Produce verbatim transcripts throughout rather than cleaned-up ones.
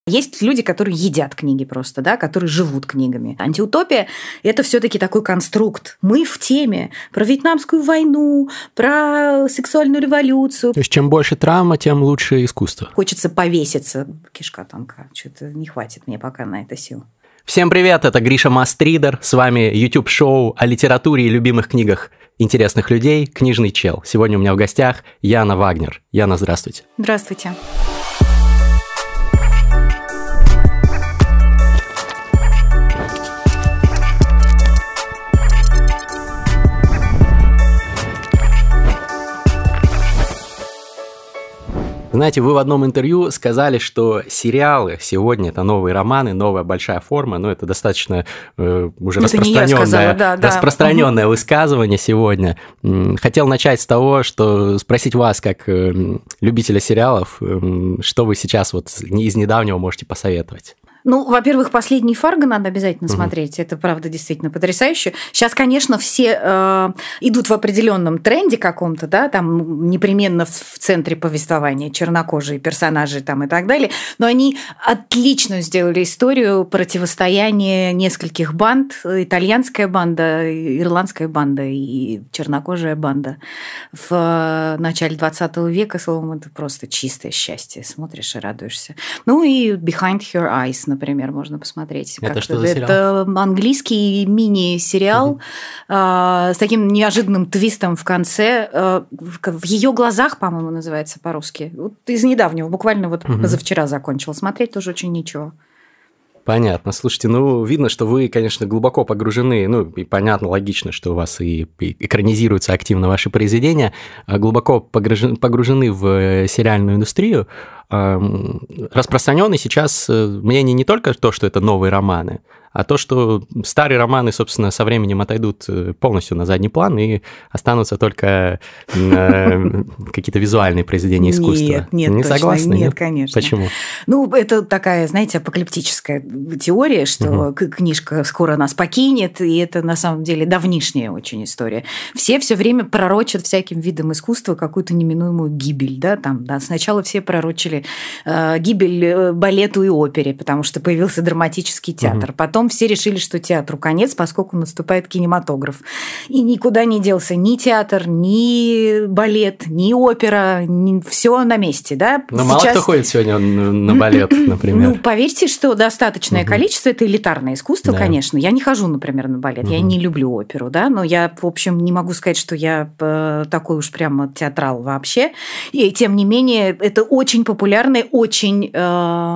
Есть люди, которые едят книги просто, да, которые живут книгами. Антиутопия – это все-таки такой конструкт. Мы в теме про Вьетнамскую войну, про сексуальную революцию. То есть чем больше травма, тем лучше искусство. Хочется повеситься. Кишка тонка. Что-то не хватит мне пока на это сил. Всем привет, это Гриша Мастридер. С вами YouTube-шоу о литературе и любимых книгах интересных людей «Книжный чел». Сегодня у меня в гостях Яна Вагнер. Яна, здравствуйте. Здравствуйте. Знаете, вы в одном интервью сказали, что сериалы сегодня – это новые романы, новая большая форма, но это достаточно э, уже это распространенное, сказала, да, да. распространенное высказывание сегодня. Хотел начать с того, что спросить вас, как э, любителя сериалов, э, что вы сейчас вот из недавнего можете посоветовать? Ну, во-первых, «Последний Фарго» надо обязательно mm-hmm. смотреть. Это, правда, действительно потрясающе. Сейчас, конечно, все э, идут в определенном тренде каком-то, да, там непременно в, в центре повествования чернокожие персонажи там и так далее, но они отлично сделали историю противостояния нескольких банд. Итальянская банда, ирландская банда и чернокожая банда. В начале двадцатого века, словом, это просто чистое счастье. Смотришь и радуешься. Ну и «Behind Her Eyes», например, можно посмотреть. Это как-то. что за сериал? Это английский мини-сериал mm-hmm. э, с таким неожиданным твистом в конце. Э, в, в ее глазах, по-моему, называется по-русски. Вот из недавнего, буквально вот mm-hmm. позавчера закончил. Смотреть тоже очень ничего. Понятно. Слушайте, ну, видно, что вы, конечно, глубоко погружены, ну, и понятно, логично, что у вас и экранизируются активно ваши произведения, глубоко погружены, погружены в сериальную индустрию. Распространённо сейчас мнение не только то, что это новые романы, а то, что старые романы, собственно, со временем отойдут полностью на задний план и останутся только какие-то визуальные произведения искусства. Нет, нет, не точно, согласны? Нет, нет, конечно. Почему? Ну, это такая, знаете, апокалиптическая теория, что угу. книжка скоро нас покинет, и это на самом деле давнишняя очень история. Все все время пророчат всяким видам искусства какую-то неминуемую гибель, да, там, да. Сначала все пророчили э, гибель балету и опере, потому что появился драматический театр. Угу. Потом все решили, что театру конец, поскольку наступает кинематограф. И никуда не делся ни театр, ни балет, ни опера, ни... все на месте, да. Но Сейчас... мало кто ходит сегодня на балет, например. Ну, поверьте, что достаточное угу. количество – это элитарное искусство, да. конечно. Я не хожу, например, на балет, угу. я не люблю оперу, да, но я, в общем, не могу сказать, что я такой уж прямо театрал вообще. И, тем не менее, это очень популярное, очень э,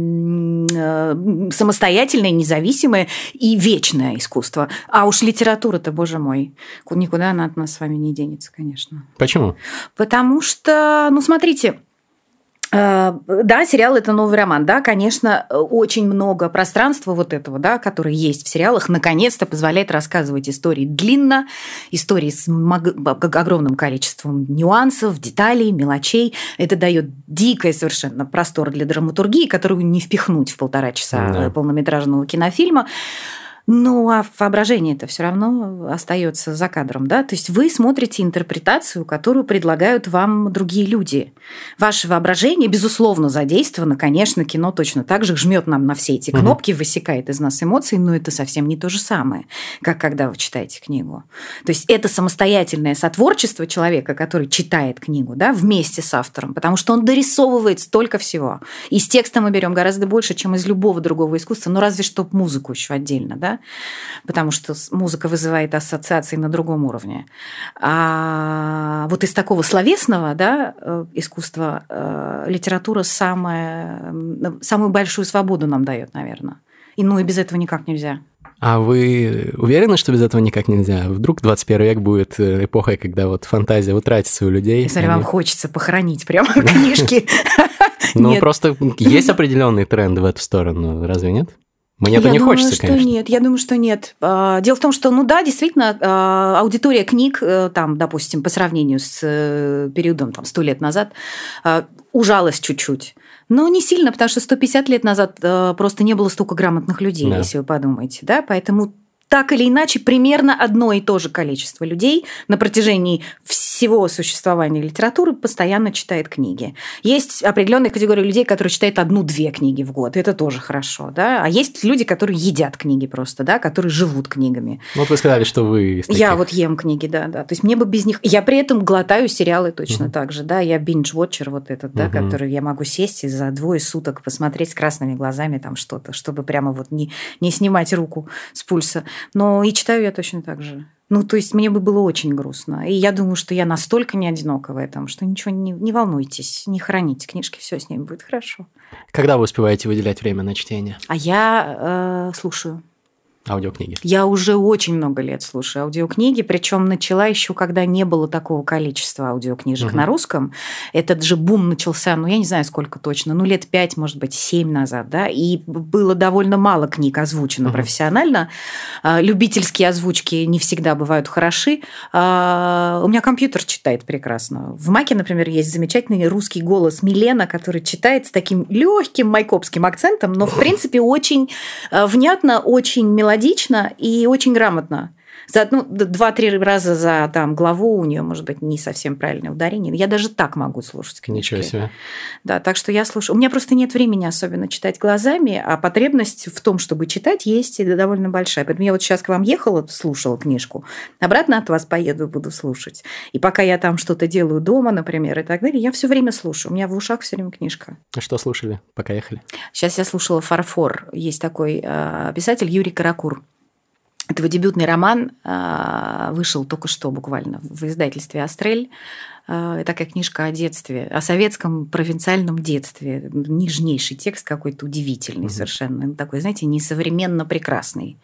э, самостоятельное, независимое и вечное искусство. А уж литература-то, боже мой, никуда она от нас с вами не денется, конечно. Почему? Потому что, ну, смотрите, да, сериал – это новый роман. Да, конечно, очень много пространства вот этого, да, которое есть в сериалах, наконец-то позволяет рассказывать истории длинно, истории с огромным количеством нюансов, деталей, мелочей. Это дает дикое совершенно простор для драматургии, которую не впихнуть в полтора часа да. полнометражного кинофильма. Ну, а воображение-то все равно остается за кадром, да? То есть вы смотрите интерпретацию, которую предлагают вам другие люди. Ваше воображение, безусловно, задействовано. Конечно, кино точно так же жмет нам на все эти кнопки, угу. высекает из нас эмоции, но это совсем не то же самое, как когда вы читаете книгу. То есть это самостоятельное сотворчество человека, который читает книгу, да, вместе с автором, потому что он дорисовывает столько всего. И с текстом мы берем гораздо больше, чем из любого другого искусства, ну, разве что музыку еще отдельно, да? Потому что музыка вызывает ассоциации на другом уровне. А вот из такого словесного, да, искусства литература самая, самую большую свободу нам дает, наверное. И, ну и без этого никак нельзя. А вы уверены, что без этого никак нельзя? Вдруг двадцать первый век будет эпохой, когда вот фантазия утратится у людей? Если они... вам хочется похоронить прямо книжки. Ну, просто есть определенный тренд в эту сторону, разве нет? Мне это не хочется, конечно. Я думаю, что нет. Я думаю, что нет. Дело в том, что, ну да, действительно, аудитория книг, там, допустим, по сравнению с периодом там, сто лет назад, ужалась чуть-чуть. Но не сильно, потому что сто пятьдесят лет назад просто не было столько грамотных людей, да. если вы подумаете. Да? Поэтому так или иначе примерно одно и то же количество людей на протяжении всех всего существования литературы постоянно читает книги. Есть определенная категория людей, которые читают одну-две книги в год. Это тоже хорошо, да. А есть люди, которые едят книги просто, да, которые живут книгами. Вот вы сказали, что вы... Я вот ем книги, да, да. То есть мне бы без них... Я при этом глотаю сериалы точно uh-huh. так же, да. Я binge-watcher вот этот, да, uh-huh. который я могу сесть и за двое суток посмотреть с красными глазами там что-то, чтобы прямо вот не, не снимать руку с пульса. Но и читаю я точно так же. Ну, то есть мне бы было очень грустно. И я думаю, что я настолько не одинока в этом, что ничего не, не волнуйтесь, не храните книжки, все с ними будет хорошо. Когда вы успеваете выделять время на чтение? А я э, слушаю. Аудиокниги. Я уже очень много лет слушаю аудиокниги, причем начала еще, когда не было такого количества аудиокнижек угу. на русском. Этот же бум начался, ну, я не знаю, сколько точно, ну, лет пять, может быть, семь назад, да, и было довольно мало книг озвучено угу. профессионально. Любительские озвучки не всегда бывают хороши. У меня компьютер читает прекрасно. В Маке, например, есть замечательный русский голос Милена, который читает с таким легким майкопским акцентом, но, в принципе, очень внятно, очень мелодично и очень грамотно. За, ну, два-три раза за там, главу у нее, может быть, не совсем правильное ударение. Я даже так могу слушать книжки. Ничего себе. Да, так что я слушаю. У меня просто нет времени особенно читать глазами, а потребность в том, чтобы читать, есть и довольно большая. Поэтому я вот сейчас к вам ехала, слушала книжку, обратно от вас поеду и буду слушать. И пока я там что-то делаю дома, например, и так далее, я все время слушаю. У меня в ушах все время книжка. А что слушали, пока ехали? Сейчас я слушала «Фарфор». Есть такой э, писатель Юрий Каракур. Это его дебютный роман, вышел только что буквально в издательстве «Астрель». Такая книжка о детстве, о советском провинциальном детстве. Нежнейший текст какой-то удивительный угу. совершенно. Такой, знаете, несовременно прекрасный.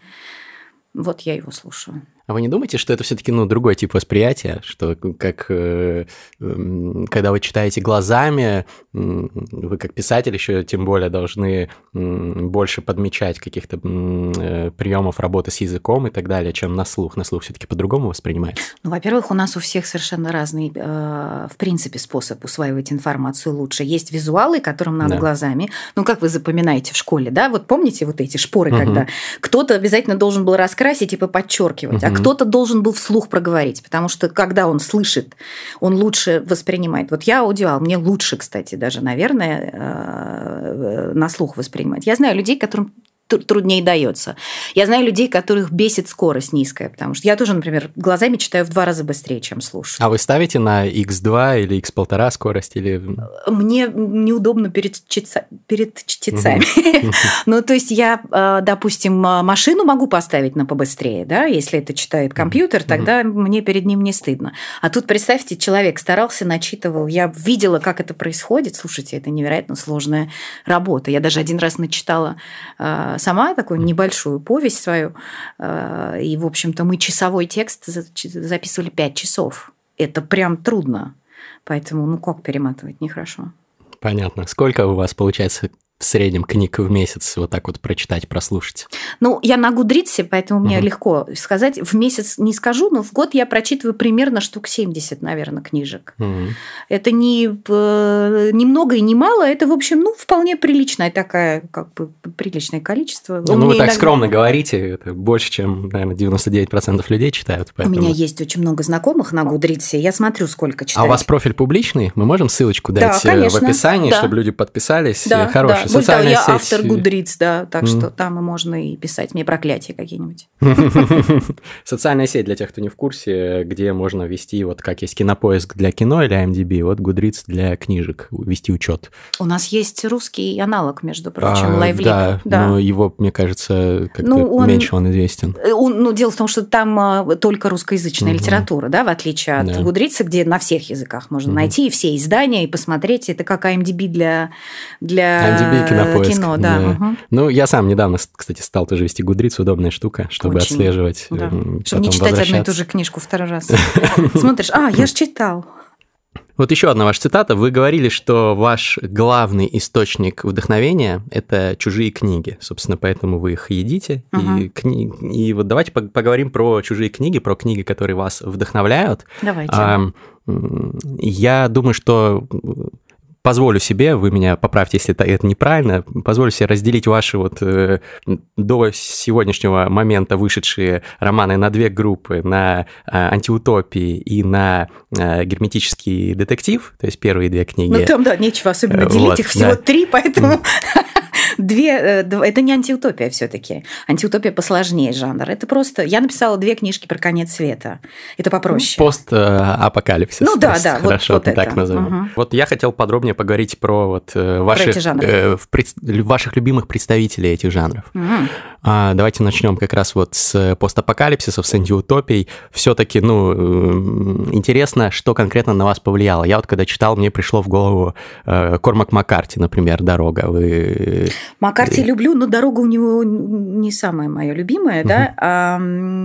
Вот я его слушаю. А вы не думаете, что это все-таки ну, другой тип восприятия, что как э, э, когда вы читаете глазами, э, вы как писатель еще тем более должны э, больше подмечать каких-то э, приемов работы с языком и так далее, чем на слух. На слух все-таки по-другому воспринимается? Ну, во-первых, у нас у всех совершенно разный, э, в принципе, способ усваивать информацию лучше. Есть визуалы, которым надо да. глазами. Ну, как вы запоминаете в школе, да? Вот помните вот эти шпоры, угу. когда кто-то обязательно должен был раскрасить и подчеркивать, угу. а кто-то должен был вслух проговорить, потому что когда он слышит, он лучше воспринимает. Вот я аудиал, мне лучше, кстати, даже, наверное, на слух воспринимать. Я знаю людей, которым труднее дается. Я знаю людей, которых бесит скорость низкая, потому что я тоже, например, глазами читаю в два раза быстрее, чем слушаю. А вы ставите на икс два или икс один скорость? Или... Мне неудобно перед, чтеца... перед чтецами. Ну, то есть я, допустим, машину могу поставить на побыстрее, да, если это читает компьютер, тогда мне перед ним не стыдно. А тут, представьте, человек старался, начитывал, я видела, как это происходит. Слушайте, это невероятно сложная работа. Я даже один раз начитала сама такую небольшую повесть свою, и, в общем-то, мы часовой текст записывали пять часов. Это прям трудно. Поэтому, ну, как перематывать, нехорошо. Понятно. Сколько у вас получается в среднем книг в месяц вот так вот прочитать, прослушать? Ну, я на Гудридсе, поэтому мне угу. легко сказать. В месяц не скажу, но в год я прочитываю примерно штук семьдесят, наверное, книжек. Угу. Это не, не много и не мало, это, в общем, ну, вполне приличное такая, как бы, приличное количество. Ну, вы так иногда... скромно говорите, это больше, чем, наверное, девяносто девять процентов людей читают. Поэтому... У меня есть очень много знакомых на Гудридсе, я смотрю, сколько читают. А у вас профиль публичный? Мы можем ссылочку дать да, в описании, да. чтобы люди подписались? Да, Хороший. Да. Социальная я сеть... автор Goodreads, да, так mm. что там и можно и писать мне проклятия какие-нибудь. Социальная сеть для тех, кто не в курсе, где можно вести, вот как есть Кинопоиск для кино или ай эм ди би, вот Goodreads для книжек, вести учет. У нас есть русский аналог, между прочим, а, да, да, но его, мне кажется, как-то ну, он... меньше он известен. Он, ну, дело в том, что там только русскоязычная угу. литература, да, в отличие от да. Goodreads, где на всех языках можно угу. найти все издания и посмотреть. Это как ай эм ди би для, для... ай эм ди би Кинопоиск. Кино, да. да. Угу. Ну, я сам недавно, кстати, стал тоже вести Goodreads, удобная штука, чтобы Очень. отслеживать. Да. Чтобы не читать одну и ту же книжку второй раз. Смотришь, а, я ж читал. Вот еще одна ваша цитата. Вы говорили, что ваш главный источник вдохновения – это чужие книги. Собственно, поэтому вы их едите. Uh-huh. И, кни... и вот давайте поговорим про чужие книги, про книги, которые вас вдохновляют. Давайте. А, я думаю, что позволю себе, вы меня поправьте, если это неправильно, позволю себе разделить ваши вот э, до сегодняшнего момента вышедшие романы на две группы, на э, антиутопии и на э, герметический детектив, то есть первые две книги. Ну там, да, нечего особенно делить, вот, их всего да. три, поэтому... Две, это не антиутопия все-таки. Антиутопия посложнее жанр. Это просто... Я написала две книжки про конец света. Это попроще. Постапокалипсис. Ну да, да. Хорошо, вот, вот так это. назовем. Угу. Вот я хотел подробнее поговорить про вот ваших, э, ваших любимых представителей этих жанров. Угу. А, давайте начнем как раз вот с постапокалипсисов, с антиутопией. Все-таки, ну, интересно, что конкретно на вас повлияло. Я вот когда читал, мне пришло в голову э, Кормак Маккарти, например, «Дорога». Вы... Маккарти люблю, но «Дорога» у него не самая моя любимая, uh-huh. да. А,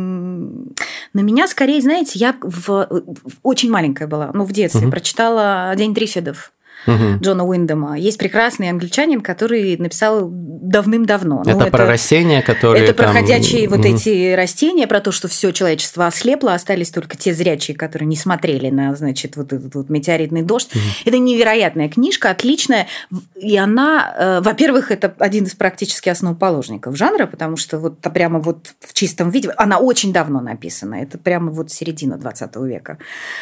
на меня скорее, знаете, я в, в, очень маленькая была, ну, в детстве, uh-huh. прочитала «День Триффидов». Угу. Джона Уиндема. Есть прекрасный англичанин, который написал давным-давно. Это, ну, это про растения, которые... Это там... про ходячие угу. вот эти растения, про то, что все человечество ослепло, остались только те зрячие, которые не смотрели на, значит, вот этот вот метеоритный дождь. Угу. Это невероятная книжка, отличная. И она, во-первых, это один из практически основоположников жанра, потому что вот прямо вот в чистом виде... Она очень давно написана. Это прямо вот середина двадцатого века.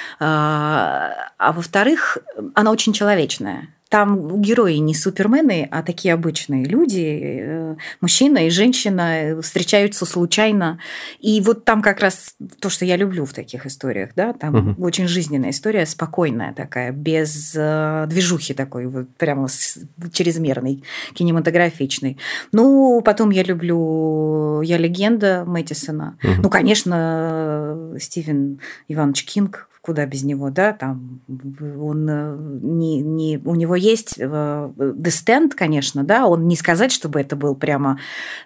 А, а во-вторых, она очень человечная. Там герои не супермены, а такие обычные люди, мужчина и женщина встречаются случайно. И вот там как раз то, что я люблю в таких историях, да, там угу. очень жизненная история, спокойная такая, без движухи такой, вот прямо чрезмерной, кинематографичной. Ну, потом я люблю «Я легенда» Мэттисона. Угу. Ну, конечно, Стивен Иванович Кинг. Куда без него, да, там он не, не, у него есть The Stand, конечно, да, он не сказать, чтобы это был прямо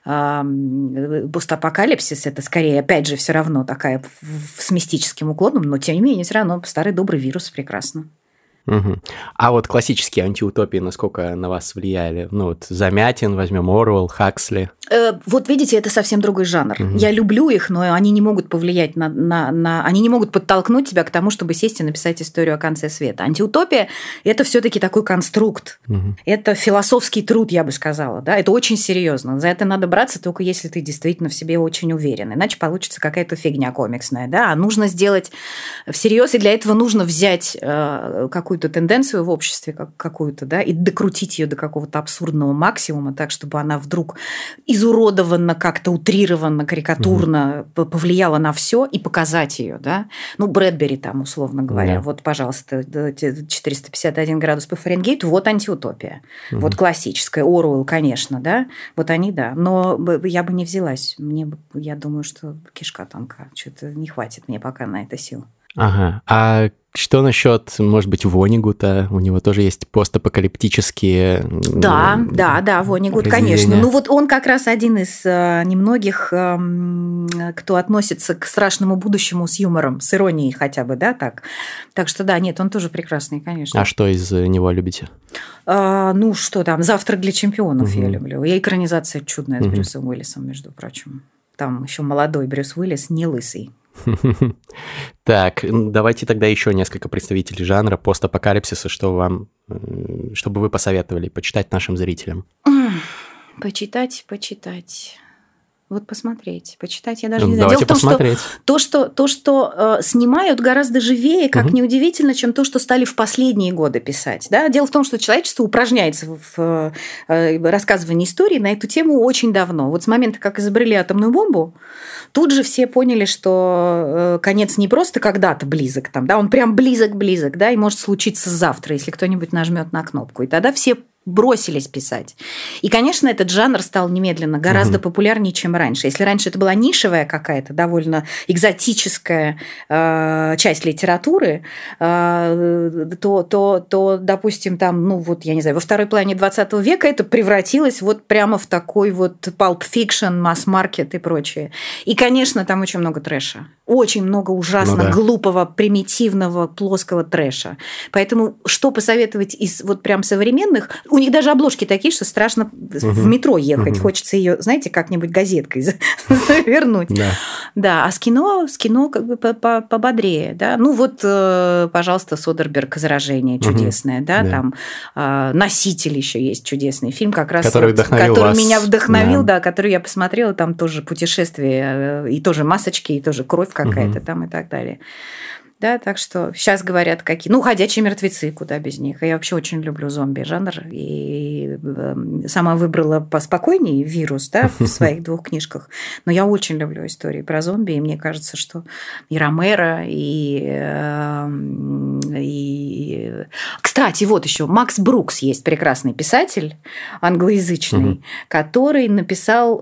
э, постапокалипсис, это скорее, опять же, все равно такая с мистическим уклоном, но тем не менее, все равно старый добрый вирус прекрасно. Угу. А вот классические антиутопии насколько на вас влияли? Ну, вот Замятин, возьмем Оруэлл, Хаксли. Э, вот видите, это совсем другой жанр. Угу. Я люблю их, но они не могут повлиять на, на, на... Они не могут подтолкнуть тебя к тому, чтобы сесть и написать историю о конце света. Антиутопия – это все-таки такой конструкт. Угу. Это философский труд, я бы сказала. Да? Это очень серьезно. За это надо браться только если ты действительно в себе очень уверен. Иначе получится какая-то фигня комиксная. Да? А нужно сделать всерьез, и для этого нужно взять э, какую какую-то тенденцию в обществе как, какую-то, да, и докрутить ее до какого-то абсурдного максимума, так, чтобы она вдруг изуродованно, как-то утрированно, карикатурно угу. повлияла на все и показать ее, да. Ну, Брэдбери там, условно говоря, да. Вот, пожалуйста, четыреста пятьдесят один градус по Фаренгейту, вот антиутопия, угу. вот классическая, Оруэлл, конечно, да, вот они, да, но я бы не взялась, мне, я думаю, что кишка тонка, что-то не хватит мне пока на это сил. Ага, а что насчет, может быть, Вонигута? У него тоже есть постапокалиптические... Да, да, да, Вонигут, конечно. Ну вот он как раз один из э, немногих, э, кто относится к страшному будущему с юмором, с иронией хотя бы, да, так. Так что да, нет, он тоже прекрасный, конечно. А что из него любите? А, ну что там, «Завтрак для чемпионов» угу. я люблю. И экранизация чудная с угу. Брюсом Уиллисом, между прочим. Там еще молодой Брюс Уиллис, не лысый. Так, давайте тогда еще несколько представителей жанра постапокалипсиса, что вам, чтобы вы посоветовали почитать нашим зрителям. Почитать, почитать. Вот посмотреть, почитать я даже не знаю. Давайте Дело в том, посмотреть. Что то, что, то, что э, снимают, гораздо живее, как угу. неудивительно, чем то, что стали в последние годы писать. Да? Дело в том, что человечество упражняется в э, рассказывании истории на эту тему очень давно. Вот с момента, как изобрели атомную бомбу, тут же все поняли, что э, конец не просто когда-то близок, там, да? Он прям близок-близок, да? И может случиться завтра, если кто-нибудь нажмет на кнопку. И тогда все бросились писать. И, конечно, этот жанр стал немедленно гораздо угу. популярнее, чем раньше. Если раньше это была нишевая какая-то довольно экзотическая э, часть литературы, э, то, то, то, допустим, там, ну вот, я не знаю, во второй половине двадцатого века это превратилось вот прямо в такой вот pulp fiction, масс-маркет и прочее. И, конечно, там очень много трэша. Очень много ужасно ну, да. глупого, примитивного, плоского трэша. Поэтому что посоветовать из вот прям современных? у них даже обложки такие, что страшно угу. в метро ехать. Угу. Хочется ее, знаете, как-нибудь газеткой завернуть. Да. да, а с кино, с кино как бы пободрее. Да? Ну вот, пожалуйста, Содерберг «Заражение» чудесное. Угу. Да? Да. Там «Носитель» еще есть чудесный фильм, как раз который, вот, который вас. меня вдохновил, да. да, который я посмотрела, там тоже путешествие, и тоже масочки, и тоже кровь какая-то угу. там и так далее. Да, так что сейчас говорят какие... Ну, «Ходячие мертвецы», куда без них. Я вообще очень люблю зомби-жанр. И сама выбрала поспокойнее «Вирус», да, в своих двух книжках. Но я очень люблю истории про зомби. И мне кажется, что и Ромеро, и... и... Кстати, вот еще Макс Брукс есть прекрасный писатель, англоязычный, угу. который написал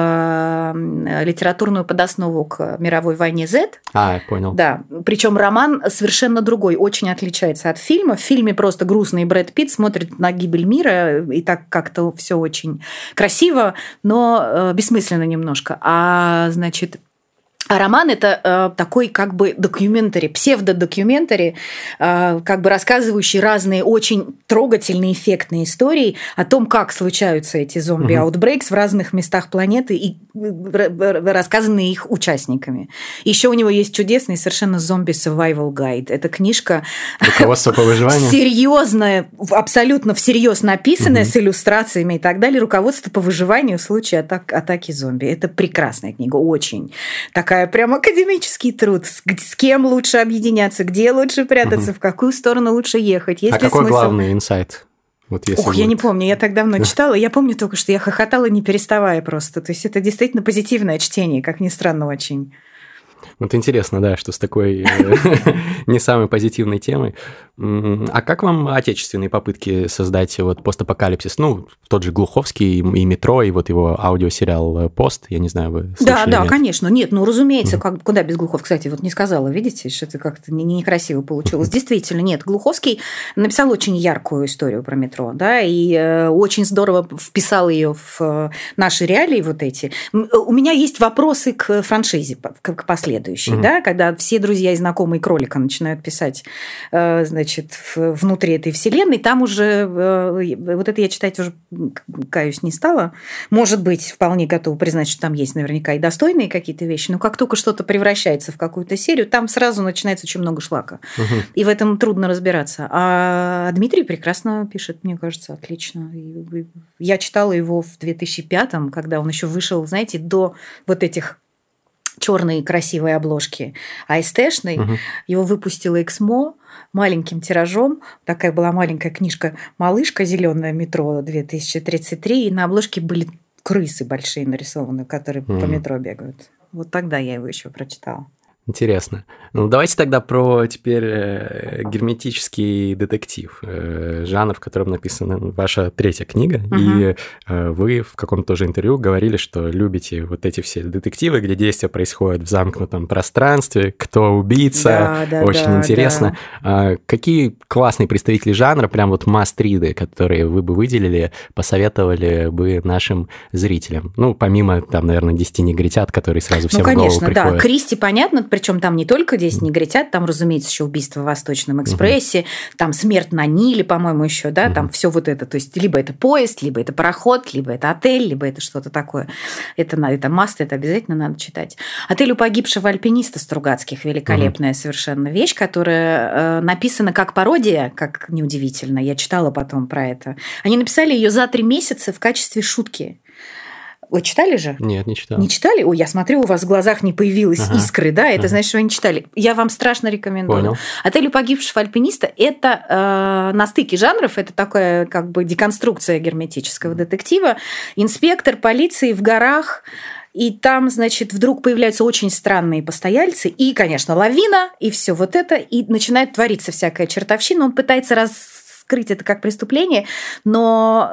э, литературную подоснову к «Мировой войне Z». А, я понял. Да, причем роман совершенно другой, очень отличается от фильма. В фильме просто грустный Брэд Питт смотрит на гибель мира, и так как-то все очень красиво, но бессмысленно немножко. А, значит... А роман – это э, такой как бы докюментари, псевдодокюментари, э, как бы рассказывающий разные очень трогательные, эффектные истории о том, как случаются эти зомби-аутбрейкс в разных местах планеты и рассказанные их участниками. Еще у него есть чудесный совершенно зомби-survival guide. Это книжка… Руководство по выживанию? Серьезная, абсолютно всерьез написанная, угу. с иллюстрациями и так далее. Руководство по выживанию в случае атак, атаки зомби. Это прекрасная книга, очень такая прям академический труд. С, с кем лучше объединяться, где лучше прятаться, угу. в какую сторону лучше ехать. Есть а ли какой смысл... главный инсайт? Вот Ох, будет... я не помню, я так давно читала. Я помню только, что я хохотала, не переставая просто. То есть это действительно позитивное чтение, как ни странно, очень. Вот интересно, да, что с такой не самой позитивной темой. А как вам отечественные попытки создать вот постапокалипсис? Ну, тот же Глуховский и «Метро», и вот его аудиосериал «Пост», я не знаю, вы слышали? Да, да, конечно. Нет, ну, разумеется, как, куда без Глуховского? Кстати, вот не сказала, видите, что это как-то некрасиво получилось. Действительно, нет, Глуховский написал очень яркую историю про метро, да, и э, очень здорово вписал ее в наши реалии вот эти. У меня есть вопросы к франшизе, к, к последующей. Mm-hmm. Да, когда все друзья и знакомые кролика начинают писать, значит, внутри этой вселенной, там уже вот это я читать уже, каюсь, не стала. Может быть, вполне готова признать, что там есть наверняка и достойные какие-то вещи, но как только что-то превращается в какую-то серию, там сразу начинается очень много шлака. Mm-hmm. И в этом трудно разбираться. А Дмитрий прекрасно пишет, мне кажется, отлично. Я читала его в две тысячи пятом, когда он еще вышел, знаете, до вот этих черные красивые обложки, а эстэшный угу. его выпустила Эксмо маленьким тиражом. Такая была маленькая книжка «Малышка. Зеленое метро две тысячи тридцать три», и на обложке были крысы большие нарисованы, которые угу. по метро бегают. Вот тогда я его еще прочитала. Интересно. Ну, давайте тогда про теперь э, герметический детектив, э, жанр, в котором написана ваша третья книга. Uh-huh. И э, вы в каком-то тоже интервью говорили, что любите вот эти все детективы, где действия происходят в замкнутом пространстве, кто убийца, да, да, очень да, интересно. Да. А какие классные представители жанра, прям вот must-read, которые вы бы выделили, посоветовали бы нашим зрителям? Ну, помимо, там, наверное, «Десяти негритят», которые сразу всем ну, в голову приходят. Ну, конечно, да. Кристи, понятно. Причем там не только «Десять негритят», там, разумеется, еще «Убийство в Восточном экспрессе», uh-huh. там «Смерть на Ниле», по-моему, еще, да, uh-huh. там все вот это. То есть либо это поезд, либо это пароход, либо это отель, либо это что-то такое. Это, это маст, это обязательно надо читать. «Отель у погибшего альпиниста» Стругацких, великолепная uh-huh. совершенно вещь, которая э, написана как пародия, как неудивительно. Я читала потом про это. Они написали ее за три месяца в качестве шутки. Вы читали же? Нет, не читала. Не читали? Ой, я смотрю, у вас в глазах не появилось ага. искры, да? Это ага. значит, что вы не читали. Я вам страшно рекомендую. Понял. «Отель у погибшего альпиниста» – это э, на стыке жанров, это такая как бы деконструкция герметического детектива. Инспектор полиции в горах, и там, значит, вдруг появляются очень странные постояльцы, и, конечно, лавина, и все вот это, и начинает твориться всякая чертовщина. Он пытается раз скрыть это как преступление, но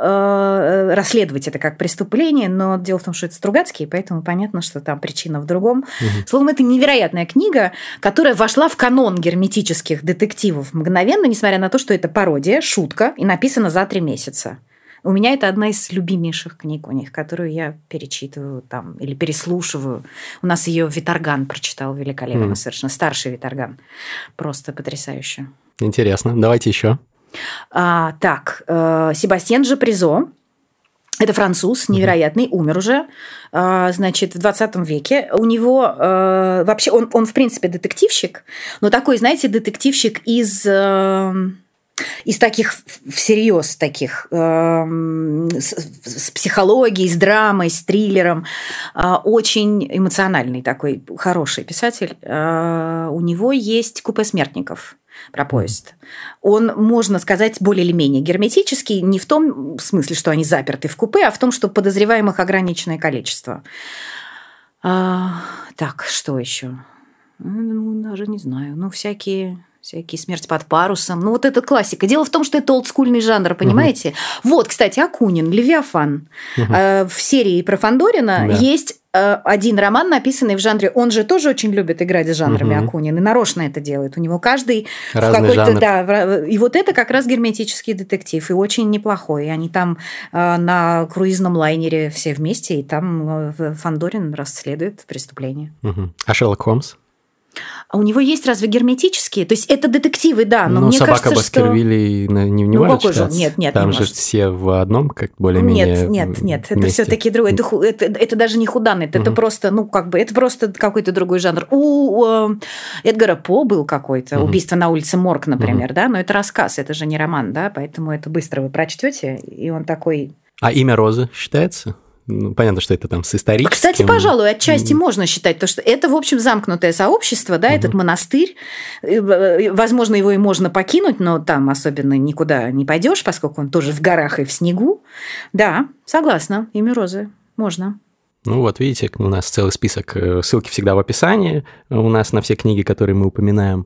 э, расследовать это как преступление, но дело в том, что это Стругацкие, поэтому понятно, что там причина в другом. Угу. Словом, это невероятная книга, которая вошла в канон герметических детективов мгновенно, несмотря на то, что это пародия, шутка, и написана за три месяца. У меня это одна из любимейших книг у них, которую я перечитываю там, или переслушиваю. У нас ее Виторган прочитал великолепно, mm. совершенно старший Виторган. Просто потрясающе. Интересно. Давайте еще. А, так, э, Себастьян Жапризо. Это француз, невероятный, mm-hmm. умер уже, значит, в двадцатом веке. У него вообще, он, он в принципе детективщик, но такой, знаете, детективщик из, из таких, всерьез таких, с, с психологией, с драмой, с триллером. Очень эмоциональный такой, хороший писатель. У него есть «Купе смертников». Про поезд. Он, можно сказать, более или менее герметический, не в том смысле, что они заперты в купе, а в том, что подозреваемых ограниченное количество. А, так, что еще? Ну, даже не знаю. Ну, всякие... Всякие «Смерть под парусом». Ну, вот это классика. Дело в том, что это олдскульный жанр, понимаете? Угу. Вот, кстати, Акунин, «Левиафан». Угу. В серии про Фандорина да. есть один роман, написанный в жанре... Он же тоже очень любит играть с жанрами, угу. Акунин, и нарочно это делает. У него каждый разный в какой-то... жанр. Да, и вот это как раз герметический детектив, и очень неплохой. И они там на круизном лайнере все вместе, и там Фандорин расследует преступление. Угу. А Шерлок Холмс? А у него есть разве герметические? То есть это детективы, да, но, но мне собака кажется, что... Баскервилей не, не ну, может же? Нет, нет, там не же может. Все в одном, как более-менее Нет, нет, нет, вместе. это все-таки другое. Это, это, это даже не худанет, угу. это просто, ну, как бы, это просто какой-то другой жанр. У э, Эдгара По был какой-то, угу. «Убийство на улице Морг», например, угу. да, но это рассказ, это же не роман, да, поэтому это быстро вы прочтете, и он такой... А «Имя Розы» считается? Ну, понятно, что это там с историческим... Кстати, пожалуй, отчасти можно считать, то, что это, в общем, замкнутое сообщество, да, угу. этот монастырь. Возможно, его и можно покинуть, но там особенно никуда не пойдешь, поскольку он тоже в горах и в снегу. Да, согласна, «Имя Розы» можно. Ну вот, видите, у нас целый список, ссылки всегда в описании у нас на все книги, которые мы упоминаем.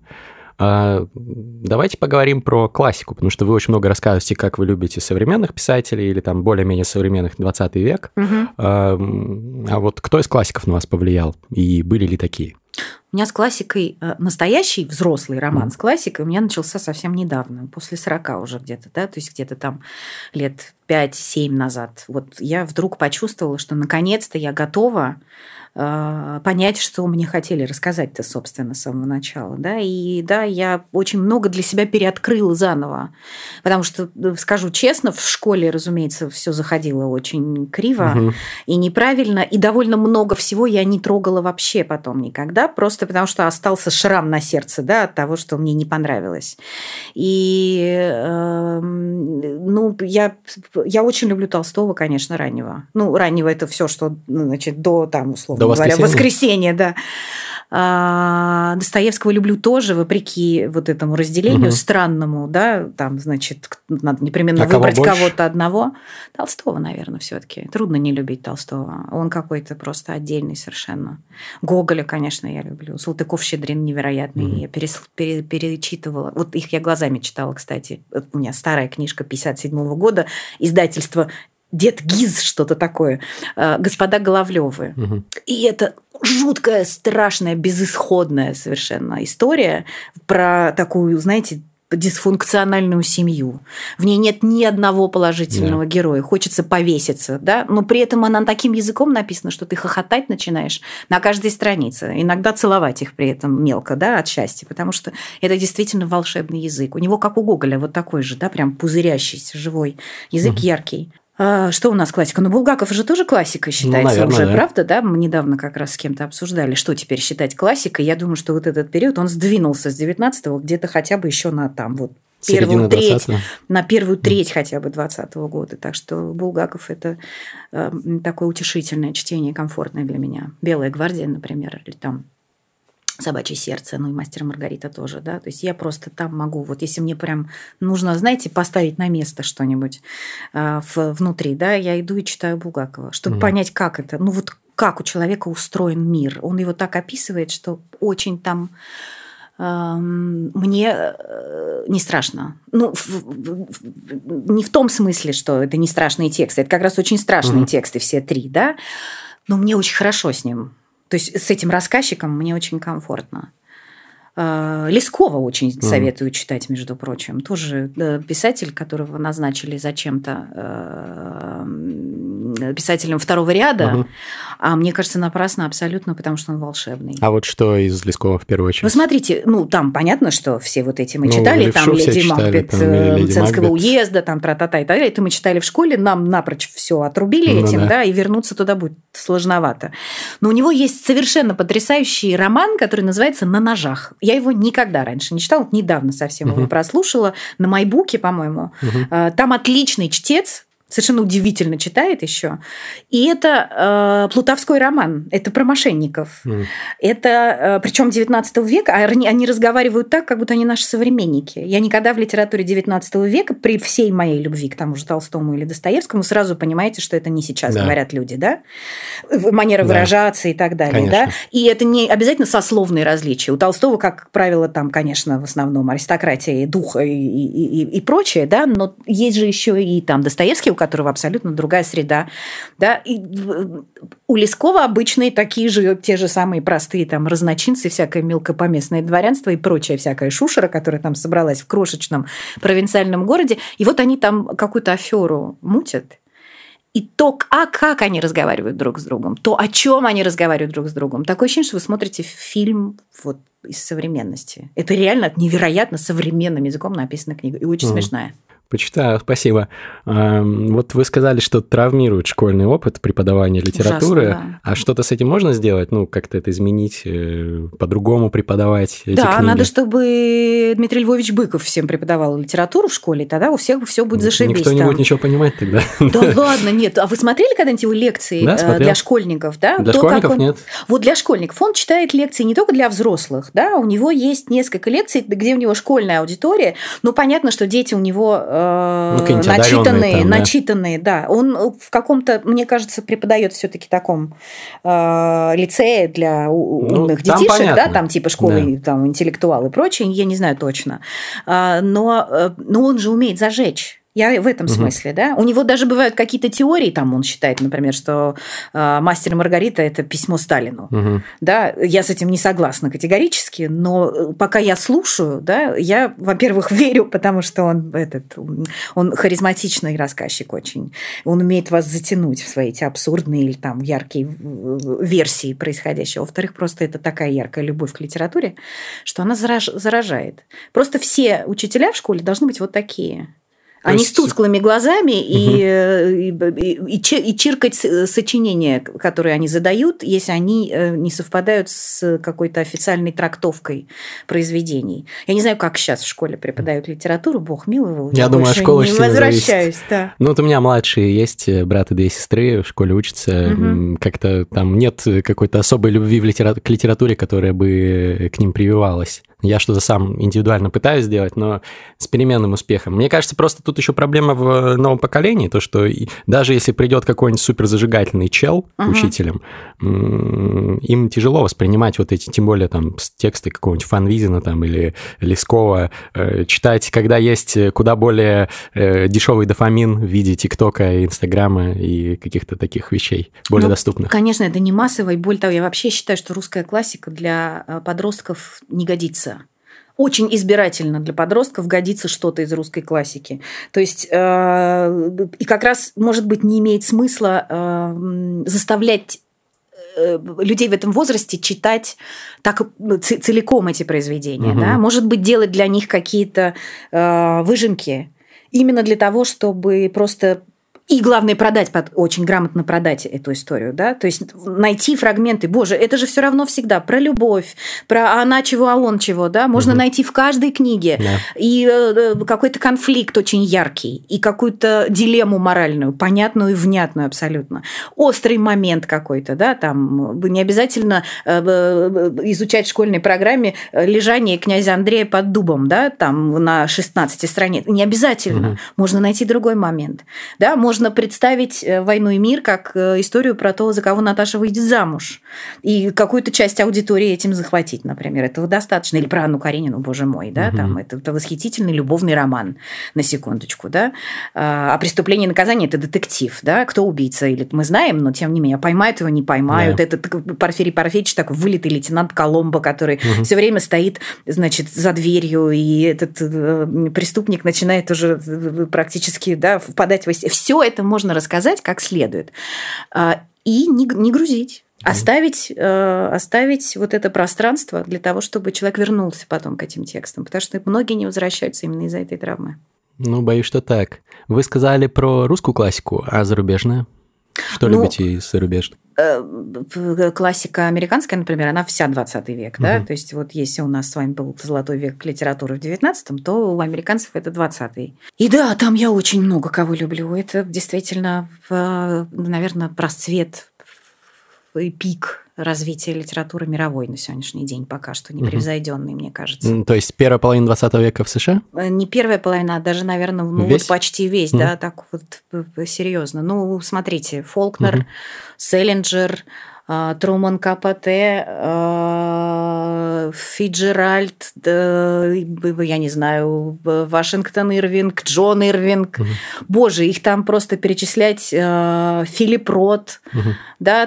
Давайте поговорим про классику, потому что вы очень много рассказываете, как вы любите современных писателей или там более-менее современных двадцатый век. Угу. А вот кто из классиков на вас повлиял и были ли такие? У меня с классикой, настоящий взрослый роман mm. с классикой у меня начался совсем недавно, после сорока уже где-то, да, то есть где-то там лет пять-семь назад. Вот я вдруг почувствовала, что наконец-то я готова понять, что мне хотели рассказать-то, собственно, с самого начала. Да? И да, я очень много для себя переоткрыла заново. Потому что, скажу честно, в школе, разумеется, все заходило очень криво угу. и неправильно. И довольно много всего я не трогала вообще потом никогда, просто потому что остался шрам на сердце, да, от того, что мне не понравилось. И э, ну, я, я очень люблю Толстого, конечно, раннего. Ну, раннего это все, что, значит, до там, условно, говоря, воскресенье, да. А, Достоевского люблю тоже, вопреки вот этому разделению угу. странному, да, там, значит, надо непременно а выбрать кого кого-то одного. Толстого, наверное, все-таки. Трудно не любить Толстого. Он какой-то просто отдельный совершенно. Гоголя, конечно, я люблю. Салтыков-Щедрин невероятный. Угу. Я перес, пере, перечитывала. Вот их я глазами читала, кстати. У меня старая книжка пятьдесят седьмого года, издательство Дед Гиз, что-то такое. «Господа Головлёвы». Угу. И это жуткая, страшная, безысходная совершенно история про такую, знаете, дисфункциональную семью. В ней нет ни одного положительного yeah. героя. Хочется повеситься, да? Но при этом она таким языком написана, что ты хохотать начинаешь на каждой странице. Иногда целовать их при этом мелко, да, от счастья, потому что это действительно волшебный язык. У него, как у Гоголя, вот такой же, да, прям пузырящийся, живой язык, uh-huh. яркий. А что у нас классика? Ну, Булгаков же тоже классикой считается, ну, наверное, уже, да. правда, да? Мы недавно как раз с кем-то обсуждали, что теперь считать классикой. Я думаю, что вот этот период, он сдвинулся с девятнадцатого где-то хотя бы еще на там вот первую треть, на первую треть mm. хотя бы двадцатого года. Так что Булгаков – это э, такое утешительное чтение, комфортное для меня. «Белая гвардия», например, или там «Собачье сердце», ну и «Мастер и Маргарита» тоже, да, то есть я просто там могу, вот если мне прям нужно, знаете, поставить на место что-нибудь э, в, внутри, да, я иду и читаю Булгакова, чтобы mm. понять, как это, ну вот как у человека устроен мир, он его так описывает, что очень там э, мне э, не страшно, ну в, в, в, не в том смысле, что это не страшные тексты, это как раз очень страшные mm. тексты все три, да, но мне очень хорошо с ним. То есть с этим рассказчиком мне очень комфортно. Лескова очень mm. советую читать, между прочим. Тоже писатель, которого назначили зачем-то писателем второго ряда, угу. а мне кажется, напрасно абсолютно, потому что он волшебный. А вот что из Лескова в первую очередь? Ну, смотрите, ну, там понятно, что все вот эти мы ну, читали, там «Леди Макбет» Мценского уезда, там тра-та-та и так далее, это мы читали в школе, нам напрочь все отрубили ну, этим, да. да, и вернуться туда будет сложновато. Но у него есть совершенно потрясающий роман, который называется «На ножах». Я его никогда раньше не читала, недавно совсем угу. его прослушала, на Майбуке, по-моему. Угу. Там отличный чтец, совершенно удивительно читает еще. И это э, плутовской роман. Это про мошенников. Mm. Это, э, причем девятнадцатого века, они, они разговаривают так, как будто они наши современники. Я никогда в литературе девятнадцатого века, при всей моей любви к тому же Толстому или Достоевскому, сразу понимаете, что это не сейчас да. говорят люди, да? Манера да. выражаться и так далее, конечно. Да? И это не обязательно сословные различия. У Толстого, как правило, там, конечно, в основном аристократия, дух и, и, и, и прочее, да? Но есть же еще и там Достоевский, у которого абсолютно другая среда. Да? И у Лескова обычные такие же, те же самые простые там разночинцы, всякое мелкопоместное дворянство и прочая всякая шушера, которая там собралась в крошечном провинциальном городе. И вот они там какую-то аферу мутят. И то, а как они разговаривают друг с другом, то, о чем они разговаривают друг с другом. Такое ощущение, что вы смотрите фильм вот из современности. Это реально невероятно современным языком написана книга. И очень mm. смешная. Почитаю, спасибо. Вот вы сказали, что травмирует школьный опыт преподавания литературы. Ужасно, да. А что-то с этим можно сделать? Ну, как-то это изменить, по-другому преподавать эти Да, книги? Надо, чтобы Дмитрий Львович Быков всем преподавал литературу в школе, тогда у всех все будет зашибись. Никто не будет ничего понимать тогда. Да ладно, нет. А вы смотрели когда-нибудь его лекции да, для школьников? Да? Для То, школьников он... нет. Вот для школьников. Он читает лекции не только для взрослых, да, у него есть несколько лекций, где у него школьная аудитория. Ну, понятно, что дети у него... Э... Ну, начитанные, там, да. начитанные, да. Он в каком-то, мне кажется, преподает все-таки таком э, лицее для умных ну, детишек, понятно. Да, там типа школы, да. там интеллектуал и прочее, я не знаю точно. А, но, но он же умеет зажечь. Я в этом угу. смысле, да. У него даже бывают какие-то теории, там он считает, например, что э, «Мастер и Маргарита» – это письмо Сталину. Угу. Да, я с этим не согласна категорически, но пока я слушаю, да, я, во-первых, верю, потому что он, этот, он харизматичный рассказчик очень. Он умеет вас затянуть в свои эти абсурдные или там яркие версии происходящего. Во-вторых, просто это такая яркая любовь к литературе, что она зараж... заражает. Просто все учителя в школе должны быть вот такие. Они есть... с тусклыми глазами угу. и, и, и, и чиркать сочинения, которые они задают, если они не совпадают с какой-то официальной трактовкой произведений. Я не знаю, как сейчас в школе преподают литературу, бог миловал. Я думаю, школа не возвращаюсь. Да. Ну, вот у меня младшие есть, брат и две сестры в школе учатся. Угу. Как-то там нет какой-то особой любви в литера... к литературе, которая бы к ним прививалась. Я что-то сам индивидуально пытаюсь сделать, но с переменным успехом. Мне кажется, просто тут еще проблема в новом поколении, то, что даже если придет какой-нибудь суперзажигательный чел uh-huh. учителем, им тяжело воспринимать вот эти, тем более там тексты какого-нибудь Фанвизина там или Лескова, читать, когда есть куда более дешевый дофамин в виде ТикТока, Инстаграма и каких-то таких вещей более ну, доступных. Конечно, это не массовая. Более того, я вообще считаю, что русская классика для подростков не годится. Очень избирательно для подростков годится что-то из русской классики. То есть, э, и как раз, может быть, не имеет смысла э, заставлять э, людей в этом возрасте читать так целиком эти произведения. Угу. Да? Может быть, делать для них какие-то э, выжимки именно для того, чтобы просто... И главное, продать, очень грамотно продать эту историю, да, то есть найти фрагменты, боже, это же все равно всегда про любовь, про она чего, а он чего, да, можно угу. найти в каждой книге, да. и какой-то конфликт очень яркий, и какую-то дилемму моральную, понятную и внятную абсолютно, острый момент какой-то, да, там не обязательно изучать в школьной программе лежание князя Андрея под дубом, да, там на шестнадцати страниц, не обязательно, угу. можно найти другой момент, да, можно Можно представить «Войну и мир» как историю про то, за кого Наташа выйдет замуж. И какую-то часть аудитории этим захватить, например. Этого достаточно. Или про Анну Каренину, боже мой. Да? Угу. Там, это, это восхитительный любовный роман, на секундочку. Да? А «Преступление и наказание» – это детектив. Да? Кто убийца? Или мы знаем, но тем не менее, поймают его, не поймают. Да. Это Порфирий Порфирьевич, такой вылитый лейтенант Коломбо, который угу. все время стоит, значит, за дверью, и этот преступник начинает уже практически да, впадать в... Все это можно рассказать как следует. И не, не грузить. Оставить, э, оставить вот это пространство для того, чтобы человек вернулся потом к этим текстам. Потому что многие не возвращаются именно из-за этой травмы. Ну, боюсь, что так. Вы сказали про русскую классику, а зарубежная? Что ну, любите из зарубежных? Классика американская, например, она вся двадцатый век. Угу. Да? То есть вот если у нас с вами был золотой век литературы в девятнадцатом, то у американцев это двадцатый. И да, там я очень много кого люблю. Это действительно, наверное, расцвет и пик развития литературы мировой на сегодняшний день, пока что непревзойденный, угу. мне кажется. То есть первая половина двадцатого века в США? Не первая половина, а даже, наверное, ну, вот почти весь, угу. да, так вот серьезно. Ну, смотрите, Фолкнер, угу. Селлинджер, Труман Капоте, Фиджеральд, я не знаю, Вашингтон Ирвинг, Джон Ирвинг. Угу. Боже, их там просто перечислять. Филипп Рот, угу. да,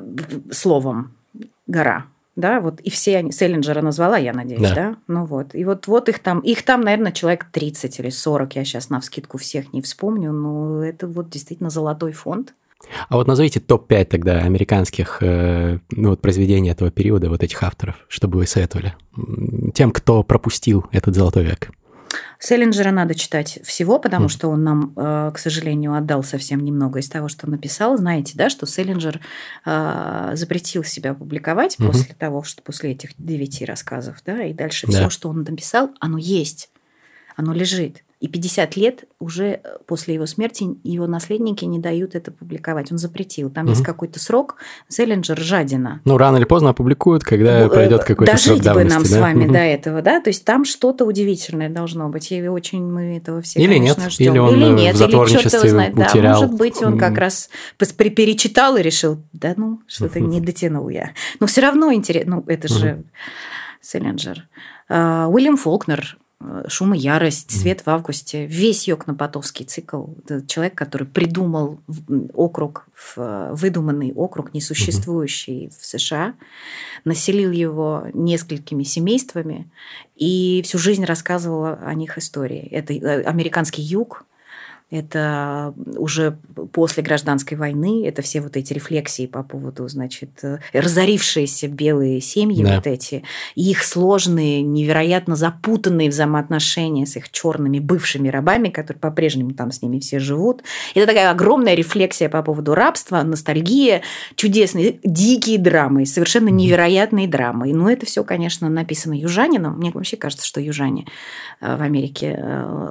словом, гора. Да, вот и все они, Селлинджера назвала, я надеюсь, да, да? Ну вот, и вот, вот их там, их там, наверное, человек тридцать или сорок, я сейчас навскидку всех не вспомню, но это вот действительно золотой фонд. А вот назовите топ пять тогда американских э, ну, вот произведений этого периода, вот этих авторов, чтобы вы советовали тем, кто пропустил этот золотой век. Селлинджера надо читать всего, потому mm. что он нам, к сожалению, отдал совсем немного из того, что написал. Знаете, да, что Селлинджер э, запретил себя публиковать mm-hmm. после того, что после этих девяти рассказов, да, и дальше да. все, что он написал, оно есть, оно лежит. И пятьдесят лет уже после его смерти его наследники не дают это публиковать. Он запретил. Там угу. есть какой-то срок. Селлинджер жадина. Ну, рано или поздно опубликуют, когда ну, пройдет какой-то срок давности. Дожить бы нам да? с вами угу. до этого, да? То есть там что-то удивительное должно быть. И очень мы этого все, или конечно, нет. ждем. Или он или нет, в затворничестве или знает. утерял. Да, может быть, он как раз перечитал и решил, да ну, что-то не дотянул я. Но все равно интересно. Ну, это же Селлинджер. Уильям Фолкнер. «Шум и ярость», «Свет в августе», весь Йокнопотовский цикл. Это человек, который придумал округ, выдуманный округ, несуществующий в США, населил его несколькими семействами и всю жизнь рассказывал о них истории. Это американский юг, это уже после гражданской войны, это все вот эти рефлексии по поводу, значит, разорившиеся белые семьи, да. вот эти, их сложные, невероятно запутанные взаимоотношения с их черными бывшими рабами, которые по-прежнему там с ними все живут. Это такая огромная рефлексия по поводу рабства, ностальгия, чудесные, дикие драмы, совершенно невероятные драмы. Но это все, конечно, написано южанином. Мне вообще кажется, что южане в Америке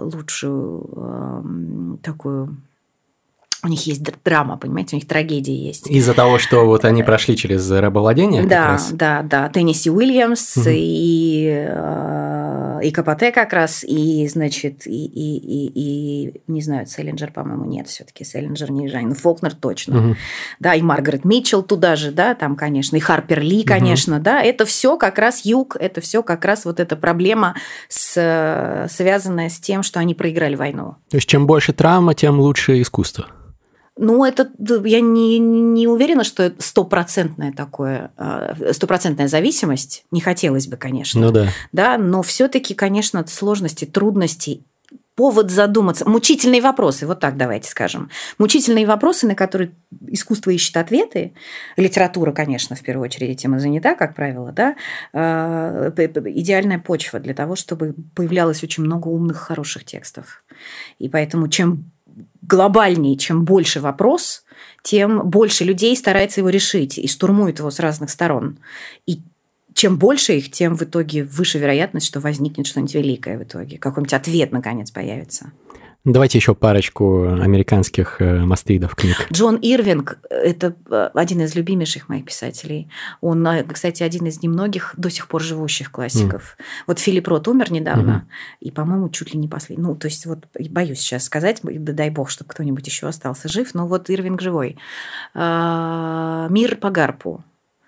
лучшую такую... У них есть драма, понимаете, у них трагедия есть. Из-за того, что вот они прошли через рабовладение? Да, как раз? да, да. Теннесси Уильямс угу. и, и Капоте как раз, и, значит, и, и, и, и не знаю, Селлинджер, по-моему, нет, все-таки Селлинджер не южанин, Фолкнер точно. Угу. Да, и Маргарет Митчелл туда же, да, там, конечно, и Харпер Ли, конечно, угу. да. Это все как раз юг, это все как раз вот эта проблема, с, связанная с тем, что они проиграли войну. То есть, чем больше травма, тем лучше искусство. Ну, это я не, не уверена, что это стопроцентная такое, стопроцентная зависимость. Не хотелось бы, конечно. Ну да. Да, но все-таки, конечно, сложности, трудности, повод задуматься. Мучительные вопросы, вот так давайте скажем. Мучительные вопросы, на которые искусство ищет ответы. Литература, конечно, в первую очередь этим и занята, как правило, да. Идеальная почва для того, чтобы появлялось очень много умных, хороших текстов. И поэтому чем глобальнее, чем больше вопрос, тем больше людей старается его решить и штурмует его с разных сторон. И чем больше их, тем в итоге выше вероятность, что возникнет что-нибудь великое в итоге. Какой-нибудь ответ, наконец, появится. Давайте еще парочку американских мастидов книг. Джон Ирвинг – это один из любимейших моих писателей. Он, кстати, один из немногих до сих пор живущих классиков. Mm. Вот Филипп Рот умер недавно, mm-hmm. и, по-моему, чуть ли не последний. Ну, то есть, вот боюсь сейчас сказать, дай бог, чтобы кто-нибудь еще остался жив, но вот Ирвинг живой. «Мир по Гарпу»,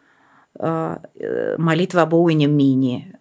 «Молитва об Оуэне Минни».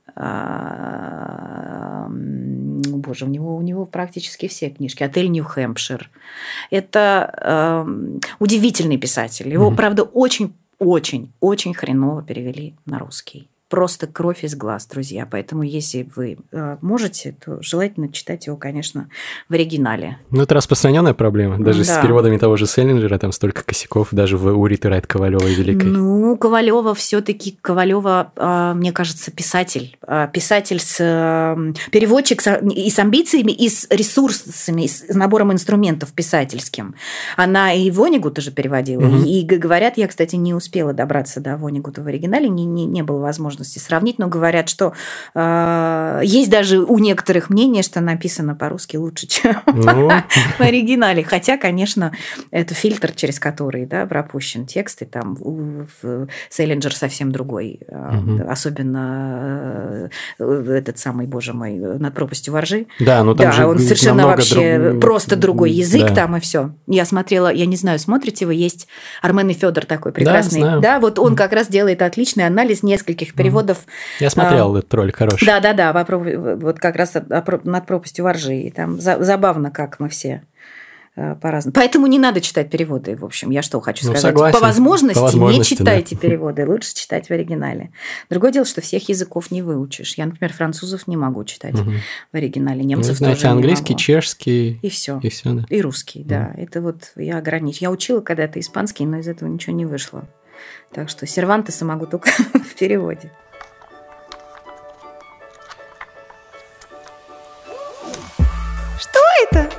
Боже, у него, у него практически все книжки. «Отель Нью-Хэмпшир». Это э, удивительный писатель. Его, mm-hmm. правда, очень-очень-очень хреново перевели на русский. просто кровь из глаз, друзья. Поэтому, если вы э, можете, то желательно читать его, конечно, в оригинале. Ну, это распространенная проблема. Даже да. с переводами того же Селлинджера там столько косяков, даже в у Риты Райт Ковалевой великой. Ну, Ковалева все-таки Ковалева, э, мне кажется, писатель. Э, писатель с э, переводчик с, и с амбициями, и с ресурсами, и с набором инструментов писательским. Она и Вонигута же переводила. Угу. И, и говорят, я, кстати, не успела добраться до Вонигута в оригинале, не, не, не было возможности сравнить, но говорят, что э, есть даже у некоторых мнение, что написано по-русски лучше, чем ну. в оригинале. Хотя, конечно, это фильтр, через который да, пропущен текст, и там Селлинджер совсем другой. Угу. Особенно э, этот самый, боже мой, «Над пропастью воржи». Да, но там да, же он совершенно вообще друг... просто другой язык да. там, и все. Я смотрела, я не знаю, смотрите вы, есть Армен и Федор такой прекрасный. Да, да, вот он как раз делает отличный анализ нескольких переводов. Я смотрел а, этот ролик, хороший. Да-да-да, вот как раз «Над пропастью воржи». И там забавно, как мы все по-разному. Поэтому не надо читать переводы, в общем. Я что хочу ну, сказать? Согласен. По возможности, По возможности не читайте да. переводы, лучше читать в оригинале. Другое дело, что всех языков не выучишь. Я, например, французов не могу читать угу. в оригинале, немцев ну, знаете, тоже английский, не могу. чешский. И все. И, все, да. и русский, да. Угу. Это вот я ограничу. Я учила когда-то испанский, но из этого ничего не вышло. Так что Сервантеса могу только в переводе. Что это?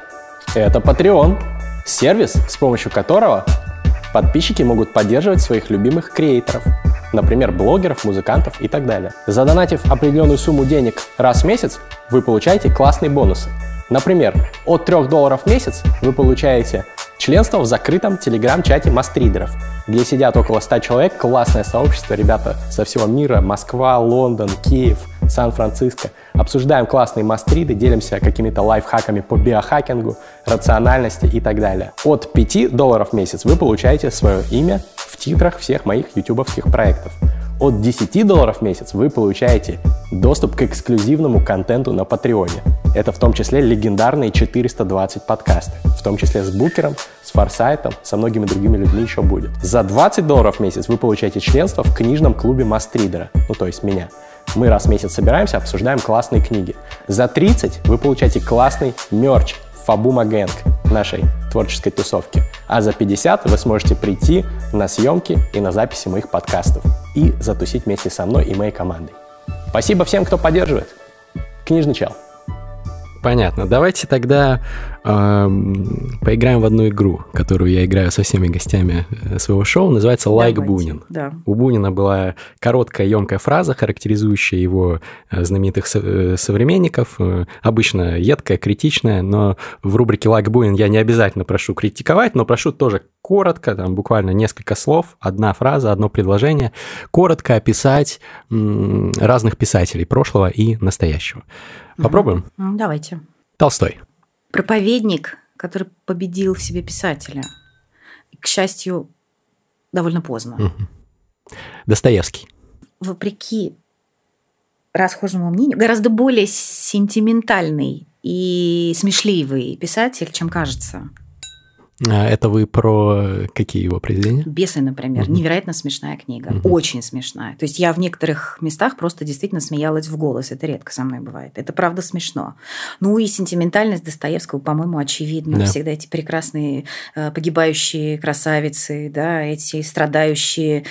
Это Patreon. Сервис, с помощью которого подписчики могут поддерживать своих любимых креаторов. Например, блогеров, музыкантов и так далее. Задонатив определенную сумму денег раз в месяц, вы получаете классные бонусы. Например, от трёх долларов в месяц вы получаете членство в закрытом телеграм-чате мастридеров, где сидят около ста человек, классное сообщество, ребята со всего мира, Москва, Лондон, Киев, Сан-Франциско. Обсуждаем классные мастриды, делимся какими-то лайфхаками по биохакингу, рациональности и так далее. От пяти долларов в месяц вы получаете свое имя в титрах всех моих ютубовских проектов. От десяти долларов в месяц вы получаете доступ к эксклюзивному контенту на Патреоне. Это в том числе легендарные четыреста двадцать подкасты, в том числе с Букером, с Форсайтом, со многими другими людьми еще будет. За двадцать долларов в месяц вы получаете членство в книжном клубе Мастридера, ну то есть меня. Мы раз в месяц собираемся, обсуждаем классные книги. За тридцать вы получаете классный мерч Фабума Гэнг нашей творческой тусовки. А за пятьдесят вы сможете прийти на съемки и на записи моих подкастов и затусить вместе со мной и моей командой. Спасибо всем, кто поддерживает. Книжный чел. Понятно. Давайте тогда э, поиграем в одну игру, которую я играю со всеми гостями своего шоу. Называется «Лайк like Бунин». Да. У Бунина была короткая, емкая фраза, характеризующая его знаменитых со- современников. Обычно едкая, критичная, но в рубрике «Лайк like Бунин» я не обязательно прошу критиковать, но прошу тоже коротко, там буквально несколько слов, одна фраза, одно предложение, коротко описать м, разных писателей прошлого и настоящего. Попробуем? Угу. Давайте. Толстой. Проповедник, который победил в себе писателя. И, к счастью, довольно поздно. Угу. Достоевский. Вопреки расхожему мнению, гораздо более сентиментальный и смешливый писатель, чем кажется. Это вы про какие его произведения? «Бесы», например. Угу. Невероятно смешная книга. Угу. Очень смешная. То есть я в некоторых местах просто действительно смеялась в голос. Это редко со мной бывает. Это правда смешно. Ну и сентиментальность Достоевского, по-моему, очевидна. Да. Всегда эти прекрасные э, погибающие красавицы, да, эти страдающие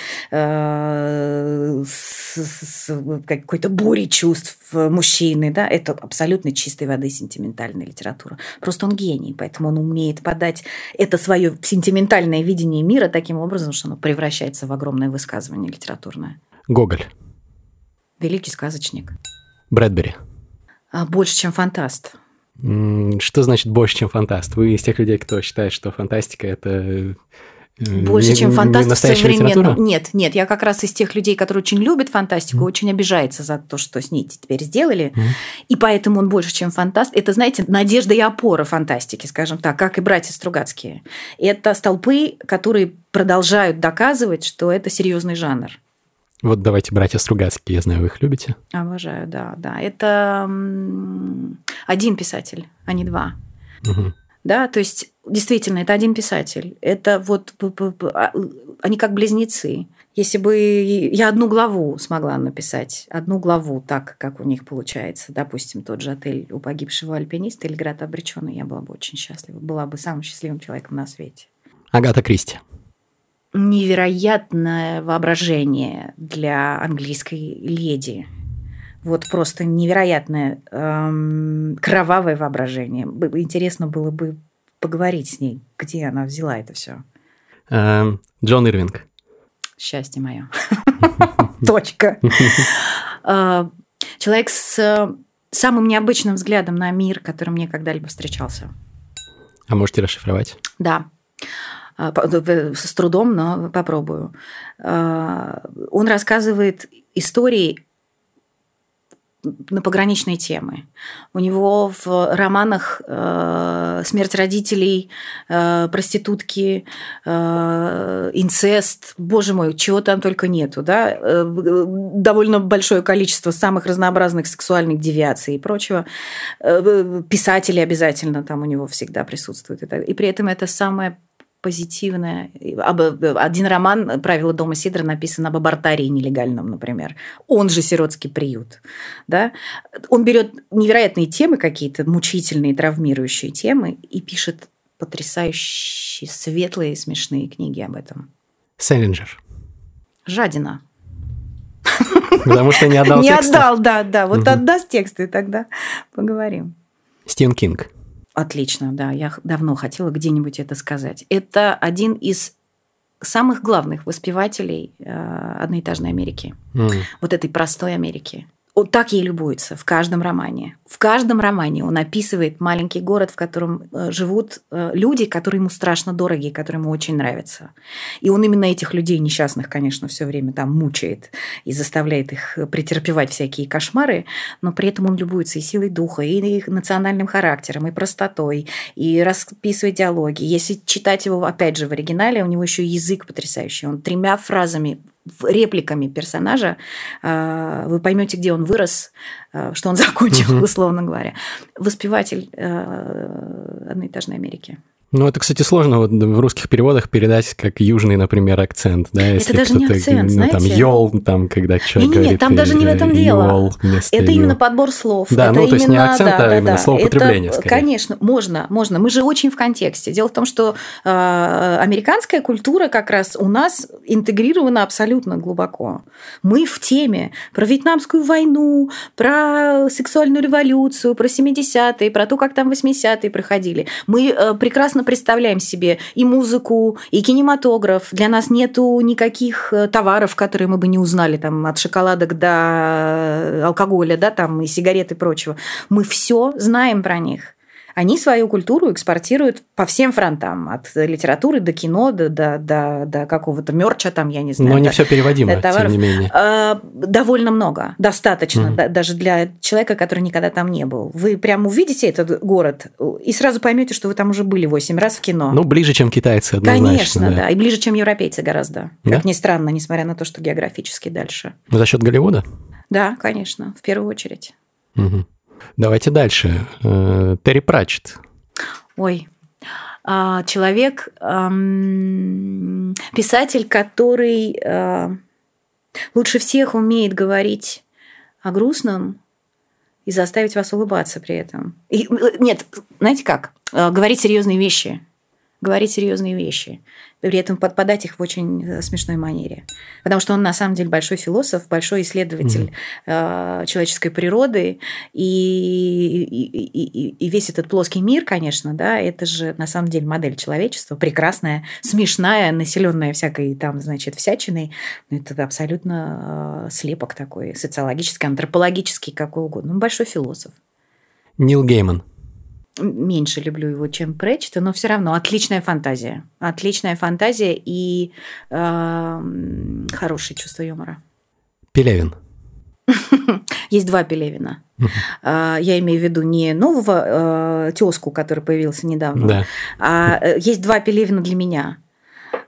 э, с, с какой-то бурей чувств мужчины. Да, это абсолютно чистой воды сентиментальная литература. Просто он гений, поэтому он умеет подать это свое сентиментальное видение мира таким образом, что оно превращается в огромное высказывание литературное. Гоголь. Великий сказочник. Брэдбери. А, больше, чем фантаст. Что значит больше, чем фантаст? Вы из тех людей, кто считает, что фантастика – это... Больше, не, чем фантаст в современном. Нет, нет, я как раз из тех людей, которые очень любят фантастику, mm. очень обижается за то, что с ней теперь сделали. Mm. И поэтому он больше, чем фантаст. Это, знаете, надежда и опора фантастики, скажем так, как и братья Стругацкие. Это столпы, которые продолжают доказывать, что это серьезный жанр. Вот давайте братья Стругацкие, я знаю, вы их любите. Обожаю, да, да. Это один писатель, а не два. Mm-hmm. Да, то есть действительно, это один писатель. Это вот они как близнецы. Если бы я одну главу смогла написать, одну главу так, как у них получается, допустим, тот же «Отель у погибшего альпиниста» или «Град обреченный», я была бы очень счастлива, была бы самым счастливым человеком на свете. Агата Кристи. Невероятное воображение для английской леди. Вот просто невероятное эм, кровавое воображение. Интересно было бы поговорить с ней, где она взяла это все. Эм, Джон Ирвинг. Счастье мое. Точка. Человек с самым необычным взглядом на мир, который мне когда-либо встречался. А можете расшифровать? Да. С трудом, но попробую. Он рассказывает истории на пограничные темы. У него в романах э, «Смерть родителей», э, «Проститутки», э, «Инцест», боже мой, чего там только нету, да? Э, довольно большое количество самых разнообразных сексуальных девиаций и прочего. Э, писатели обязательно там у него всегда присутствуют. И при этом это самое позитивное. Один роман «Правила дома Сидра» написан об абортарии нелегальном, например. Он же сиротский приют. Да? Он берет невероятные темы какие-то, мучительные, травмирующие темы, и пишет потрясающие, светлые, смешные книги об этом. Селлинджер. Жадина. Потому что не отдал тексты. Не отдал, да, да. Вот отдаст тексты, тогда поговорим. Стивен Кинг. Отлично, да, я давно хотела где-нибудь это сказать. Это один из самых главных воспевателей одноэтажной Америки. Mm. Вот этой простой Америки. Он так ей любуется в каждом романе. В каждом романе он описывает маленький город, в котором живут люди, которые ему страшно дороги, которые ему очень нравятся. И он именно этих людей несчастных, конечно, все время там мучает и заставляет их претерпевать всякие кошмары, но при этом он любуется и силой духа, и их национальным характером, и простотой, и расписывает диалоги. Если читать его, опять же, в оригинале, у него еще язык потрясающий. Он тремя фразами, репликами персонажа вы поймете, где он вырос, что он закончил, uh-huh. условно говоря. Воспеватель одноэтажной Америки. Ну, это, кстати, сложно вот в русских переводах передать как южный, например, акцент. Да, если это даже не акцент, ну, знаете? Там йол, там, когда человек не, не, говорит... Нет, там даже не в этом дело. Это йол. именно подбор слов. Да, это ну, именно, то есть не акцент, да, а да, именно да. словоупотребление, это, скорее. Конечно, можно, можно. Мы же очень в контексте. Дело в том, что э, американская культура как раз у нас интегрирована абсолютно глубоко. Мы в теме про Вьетнамскую войну, про сексуальную революцию, про семидесятые, про то, как там восьмидесятые проходили. Мы э, прекрасно представляем себе и музыку, и кинематограф. Для нас нету никаких товаров, которые мы бы не узнали, там, от шоколадок до алкоголя, да, там, и сигарет и прочего. Мы все знаем про них. Они свою культуру экспортируют по всем фронтам, от литературы до кино, до, до, до, до какого-то мерча, там, я не знаю. Но не все переводимо, тем не менее. Довольно много, достаточно, mm. даже для человека, который никогда там не был. Вы прям увидите этот город и сразу поймете, что вы там уже были восемь раз в кино. Ну, ближе, чем китайцы, однозначно. Конечно, да, да. И ближе, чем европейцы гораздо. Да? Как ни странно, несмотря на то, что географически дальше. За счет Голливуда? Да, конечно, в первую очередь. Угу. Давайте дальше. Терри Пратчетт. Ой, человек, писатель, который лучше всех умеет говорить о грустном и заставить вас улыбаться при этом. И, нет, знаете как? Говорить серьезные вещи. Говорить серьезные вещи. При этом подпадать их в очень смешной манере. Потому что он, на самом деле, большой философ, большой исследователь mm-hmm. человеческой природы. И, и, и, и весь этот плоский мир, конечно, да, это же, на самом деле, модель человечества. Прекрасная, смешная, населенная всякой там, значит, всячиной. Это абсолютно слепок такой, социологический, антропологический, какой угодно. Он большой философ. Нил Гейман. Меньше люблю его, чем Пратчетта, но все равно отличная фантазия. Отличная фантазия и э, хорошее чувство юмора. Пелевин. Есть два Пелевина. Uh-huh. Я имею в виду не нового э, тезку, который появился недавно, да. а есть два Пелевина для меня.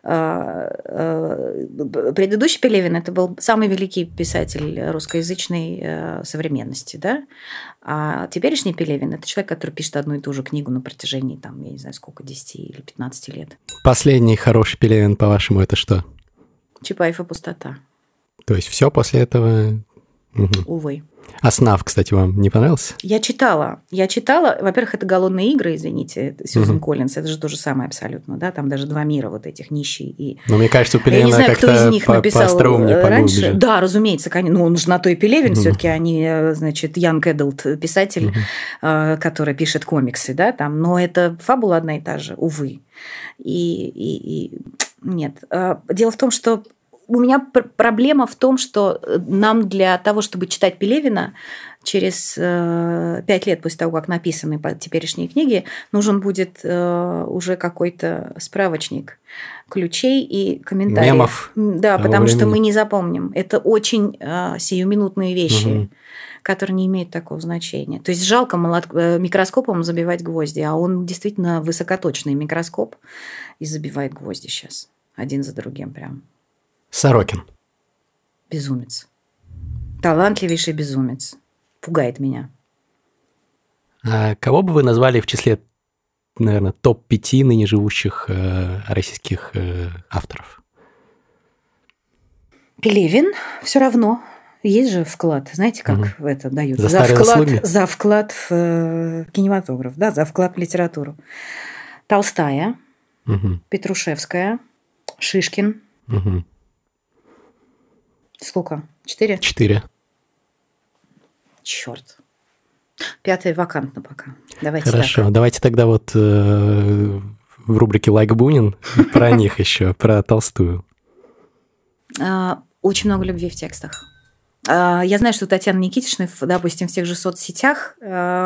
Предыдущий Пелевин – это был самый великий писатель русскоязычной современности, да? А теперешний Пелевин – это человек, который пишет одну и ту же книгу на протяжении, там, я не знаю, сколько, десять или пятнадцать лет. Последний хороший Пелевин, по-вашему, это что? Чапаев и пустота. То есть все после этого? Угу. Увы. А «Снав», кстати, вам не понравился? Я читала. Я читала. Во-первых, это «Голодные игры», извините, Сьюзен угу. Коллинз. Это же то же самое абсолютно, да? Там даже два мира вот этих, нищий и... Ну, мне кажется, у Пелевина я не знаю, кто из них по- написал раньше. Поглубже. Да, разумеется, конечно. Ну, он же на то и Пелевин, угу. все-таки они, значит, young adult писатель, угу. который пишет комиксы, да, там. Но это фабула одна и та же, увы. И, и, и... нет. Дело в том, что у меня проблема в том, что нам для того, чтобы читать Пелевина, через пять лет после того, как написаны теперешние книги, нужен будет уже какой-то справочник ключей и комментариев. Мемов. Да, потому времени. Что мы не запомним. Это очень сиюминутные вещи, угу. которые не имеют такого значения. То есть жалко молот... микроскопом забивать гвозди, а он действительно высокоточный микроскоп и забивает гвозди сейчас один за другим прям. Сорокин. Безумец. Талантливейший безумец. Пугает меня. А кого бы вы назвали в числе, наверное, топ пяти ныне живущих э, российских э, авторов? Пелевин все равно. Есть же вклад. Знаете, как угу. это дают? За, за, вклад, заслуги? за вклад в э, кинематограф, да, за вклад в литературу. Толстая, угу. Петрушевская, Шишкин. Угу. Сколько? Четыре? Четыре. Черт. Пятый вакантно пока. Давайте Хорошо. так. Давайте тогда вот э, в рубрике «Лайк Бунин» про них еще, про Толстую. Очень много любви в текстах. Я знаю, что Татьяна Никитична, допустим, в тех же соцсетях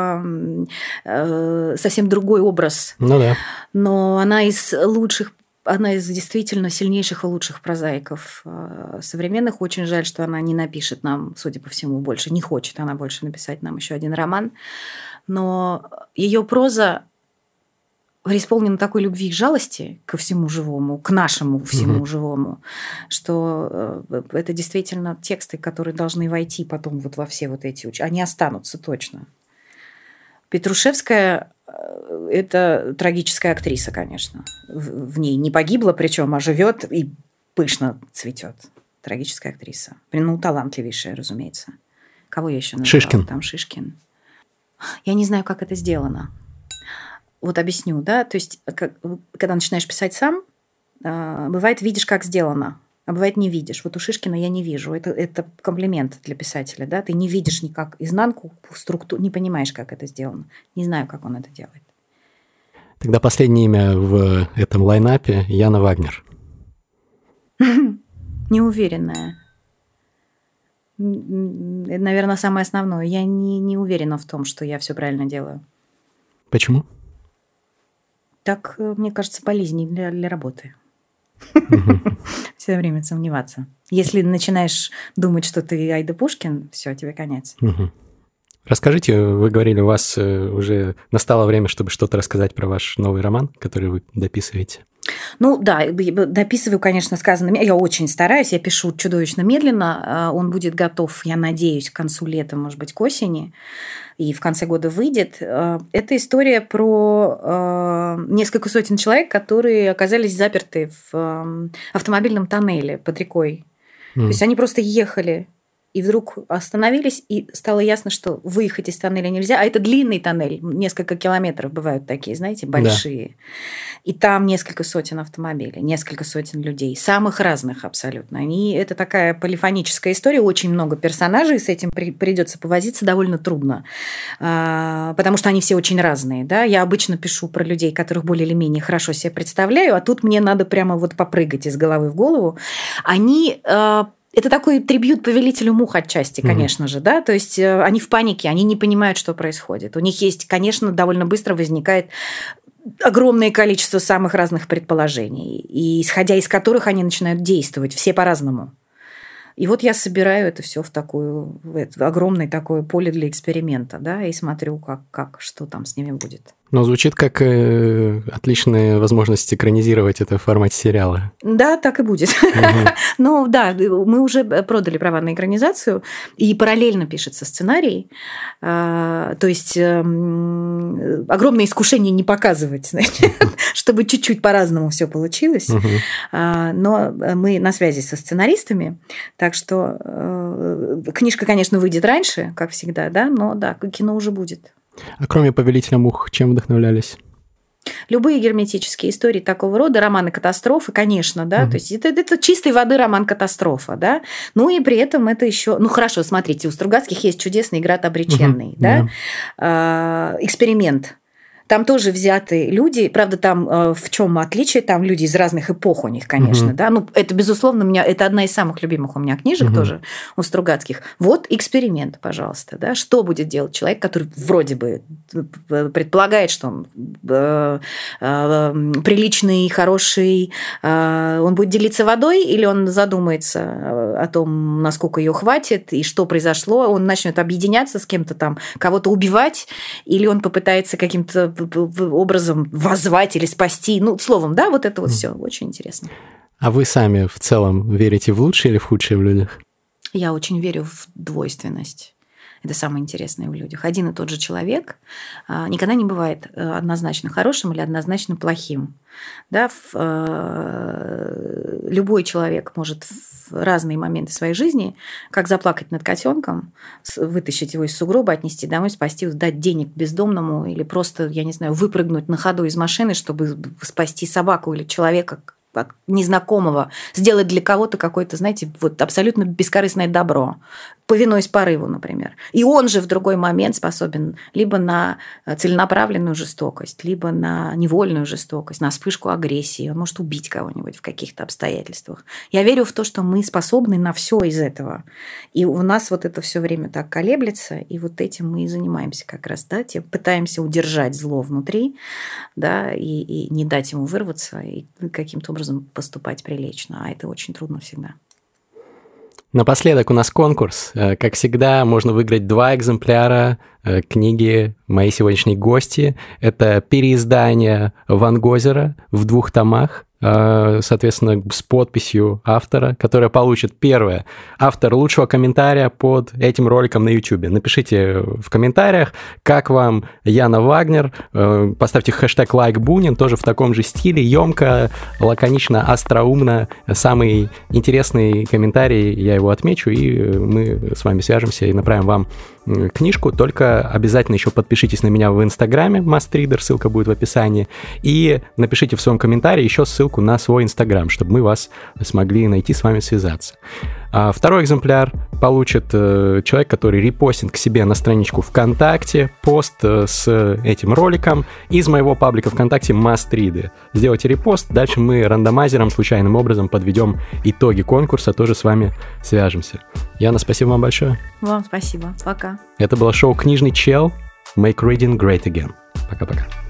совсем другой образ. Ну да. Но она из лучших, она из действительно сильнейших и лучших прозаиков современных. Очень жаль, что она не напишет нам, судя по всему, больше. Не хочет она больше написать нам еще один роман. Но ее проза преисполнена такой любви и жалости ко всему живому, к нашему всему mm-hmm. живому, что это действительно тексты, которые должны войти потом вот во все вот эти... Они останутся точно. Петрушевская – это трагическая актриса, конечно. В ней не погибла, причем, а живет и пышно цветет. Трагическая актриса. Ну, талантливейшая, разумеется. Кого я еще назвала? Шишкин. Там Шишкин. Я не знаю, как это сделано. Вот объясню, да, то есть, как, когда начинаешь писать сам, бывает, видишь, как сделано, а бывает, не видишь. Вот у Шишкина я не вижу. Это, это комплимент для писателя, да, ты не видишь никак изнанку, структуру, не понимаешь, как это сделано. Не знаю, как он это делает. Тогда последнее имя в этом лайнапе – Яна Вагнер. Неуверенная. Это, наверное, самое основное. Я не, не уверена в том, что я все правильно делаю. Почему? Так, мне кажется, полезнее для, для работы. Uh-huh. Все время сомневаться. Если начинаешь думать, что ты Айда Пушкин, все, тебе конец. Uh-huh. Расскажите, вы говорили, у вас уже настало время, чтобы что-то рассказать про ваш новый роман, который вы дописываете. Ну да, дописываю, конечно, сказано. Я очень стараюсь, я пишу чудовищно медленно. Он будет готов, я надеюсь, к концу лета, может быть, к осени. И в конце года выйдет. Это история про несколько сотен человек, которые оказались заперты в автомобильном тоннеле под рекой. Mm. То есть они просто ехали и вдруг остановились, и стало ясно, что выехать из тоннеля нельзя. А это длинный тоннель, несколько километров бывают такие, знаете, большие. Да. И там несколько сотен автомобилей, несколько сотен людей, самых разных абсолютно. Они, это такая полифоническая история, очень много персонажей, с этим при, придется повозиться довольно трудно, а, потому что они все очень разные. Да? Я обычно пишу про людей, которых более или менее хорошо себе представляю, а тут мне надо прямо вот попрыгать из головы в голову. Они... А, это такой трибьют повелителю мух отчасти, конечно mm-hmm. же, да, то есть они в панике, они не понимают, что происходит. У них есть, конечно, довольно быстро возникает огромное количество самых разных предположений, и исходя из которых они начинают действовать, все по-разному. И вот я собираю это все в такую в это огромное такое поле для эксперимента, да, и смотрю, как, как, что там с ними будет. Но звучит как э, отличная возможность экранизировать это в формате сериала. Да, так и будет. Угу. Ну да, мы уже продали права на экранизацию, и параллельно пишется сценарий. А, то есть э, огромное искушение не показывать, значит, чтобы чуть-чуть по-разному все получилось. Угу. А, но мы на связи со сценаристами, так что э, книжка, конечно, выйдет раньше, как всегда, да, но да, кино уже будет. А кроме «Повелителя мух», чем вдохновлялись? Любые герметические истории такого рода, романы катастрофы, конечно, да, mm-hmm. то есть это, это чистой воды роман-катастрофа, да, ну и при этом это еще, ну хорошо, смотрите, у Стругацких есть чудесный «Град обреченный», mm-hmm. да, yeah. э, эксперимент. Там тоже взяты люди, правда, там э, в чем отличие, там люди из разных эпох у них, конечно, uh-huh. да, ну, это, безусловно, у меня, это одна из самых любимых у меня книжек uh-huh. тоже, у Стругацких. Вот эксперимент, пожалуйста, да, что будет делать человек, который вроде бы предполагает, что он э, э, приличный, хороший, э, он будет делиться водой, или он задумается о том, насколько ее хватит, и что произошло, он начнет объединяться с кем-то там, кого-то убивать, или он попытается каким-то образом воззвать или спасти. Ну, словом, да, вот это вот mm. все очень интересно. А вы сами в целом верите в лучшее или в худшее в людях? Я очень верю в двойственность. Это самое интересное в людях. Один и тот же человек никогда не бывает однозначно хорошим или однозначно плохим. Да, в, э, любой человек может в разные моменты своей жизни как заплакать над котенком, вытащить его из сугроба, отнести домой, спасти, дать денег бездомному или просто, я не знаю, выпрыгнуть на ходу из машины, чтобы спасти собаку или человека от незнакомого, сделать для кого-то какое-то, знаете, вот абсолютно бескорыстное добро, повинуясь порыву, например. И он же в другой момент способен либо на целенаправленную жестокость, либо на невольную жестокость, на вспышку агрессии. Он может убить кого-нибудь в каких-то обстоятельствах. Я верю в то, что мы способны на все из этого. И у нас вот это все время так колеблется, и вот этим мы и занимаемся как раз, да, тем, пытаемся удержать зло внутри, да, и, и не дать ему вырваться, и каким-то образом поступать прилично, а это очень трудно всегда. Напоследок у нас конкурс. Как всегда, можно выиграть два экземпляра книги моей сегодняшней гости. Это переиздание Ван Гозера в двух томах, соответственно, с подписью автора, которая получит, первое, автор лучшего комментария под этим роликом на YouTube. Напишите в комментариях, как вам Яна Вагнер, поставьте хэштег лайк Бунин, тоже в таком же стиле, емко, лаконично, остроумно. Самый интересный комментарий, я его отмечу, и мы с вами свяжемся и направим вам книжку, только обязательно еще подпишитесь на меня в Инстаграме, Mastreader, ссылка будет в описании, и напишите в своем комментарии еще ссылку на свой Инстаграм, чтобы мы вас смогли найти, с вами связаться. А второй экземпляр получит э, человек, который репостит к себе на страничку ВКонтакте пост э, с этим роликом из моего паблика ВКонтакте Mastreader. Сделайте репост, дальше мы рандомайзером случайным образом подведем итоги конкурса, тоже с вами свяжемся. Яна, спасибо вам большое. Вам спасибо. Пока. Это было шоу «Книжный чел». Make reading great again. Пока-пока.